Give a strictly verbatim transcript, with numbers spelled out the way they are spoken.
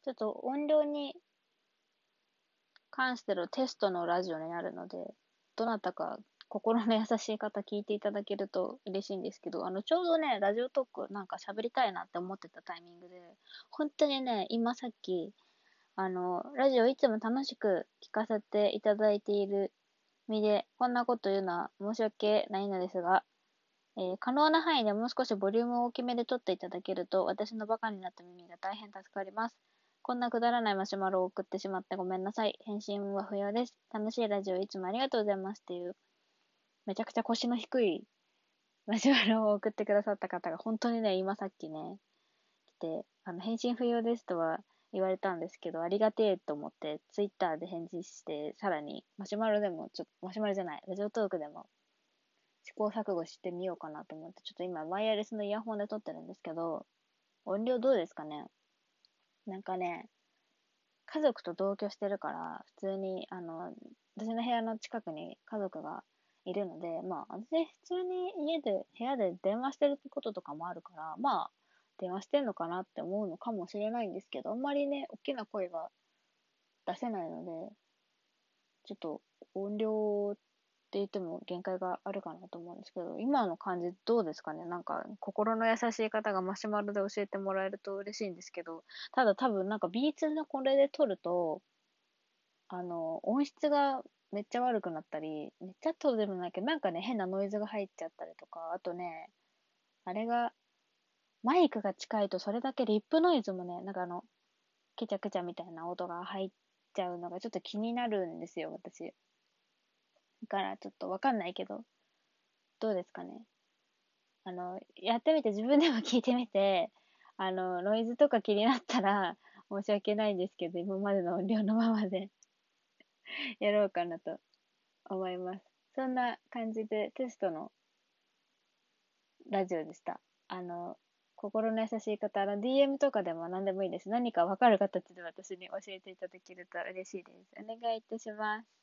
ちょっと音量に関してのテストのラジオになるので、どなたか心の優しい方聞いていただけると嬉しいんですけど、あの、ちょうどね、ラジオトークなんか喋りたいなって思ってたタイミングで、本当にね、今さっき、あの、ラジオいつも楽しく聞かせていただいている身で、こんなこと言うのは申し訳ないのですが、えー可能な範囲でもう少しボリュームを大きめで撮っていただけると、私のバカになった耳が大変助かります。こんなくだらないマシュマロを送ってしまってごめんなさい。返信は不要です。楽しいラジオいつもありがとうございますっていう、めちゃくちゃ腰の低いマシュマロを送ってくださった方が本当にね、今さっきね、来て、あの、返信不要ですとは言われたんですけど、ありがてえと思って、ツイッターで返事して、さらに、マシュマロでも、ちょっと、マシュマロじゃない、ラジオトークでも試行錯誤してみようかなと思って、ちょっと今、ワイヤレスのイヤホンで撮ってるんですけど、音量どうですかね。なんかね、家族と同居してるから、普通に、あの、私の部屋の近くに家族がいるので、まあ、私、普通に家で、部屋で電話してることとかもあるから、まあ、電話してんのかなって思うのかもしれないんですけど、あんまりね、大きな声が出せないので、ちょっと音量って言っても限界があるかなと思うんですけど、今の感じどうですかね。なんか心の優しい方がマシュマロで教えてもらえると嬉しいんですけど、ただ多分なんかビーツのこれで撮ると、あの、音質がめっちゃ悪くなったり、めっちゃ撮でもないけど、なんかね、変なノイズが入っちゃったりとか、あとね、あれが、マイクが近いとそれだけリップノイズもね、なんかあの、ケチャケチャみたいな音が入っちゃうのがちょっと気になるんですよ、私。だからちょっとわかんないけど、どうですかね。あの、やってみて、自分でも聞いてみて、あの、ノイズとか気になったら申し訳ないんですけど、今までの音量のままでやろうかなと思います。そんな感じでテストのラジオでした。あの、心の優しい方、あの、ディーエム とかでも何でもいいです。何かわかる形で私に教えていただけると嬉しいです。お願いいたします。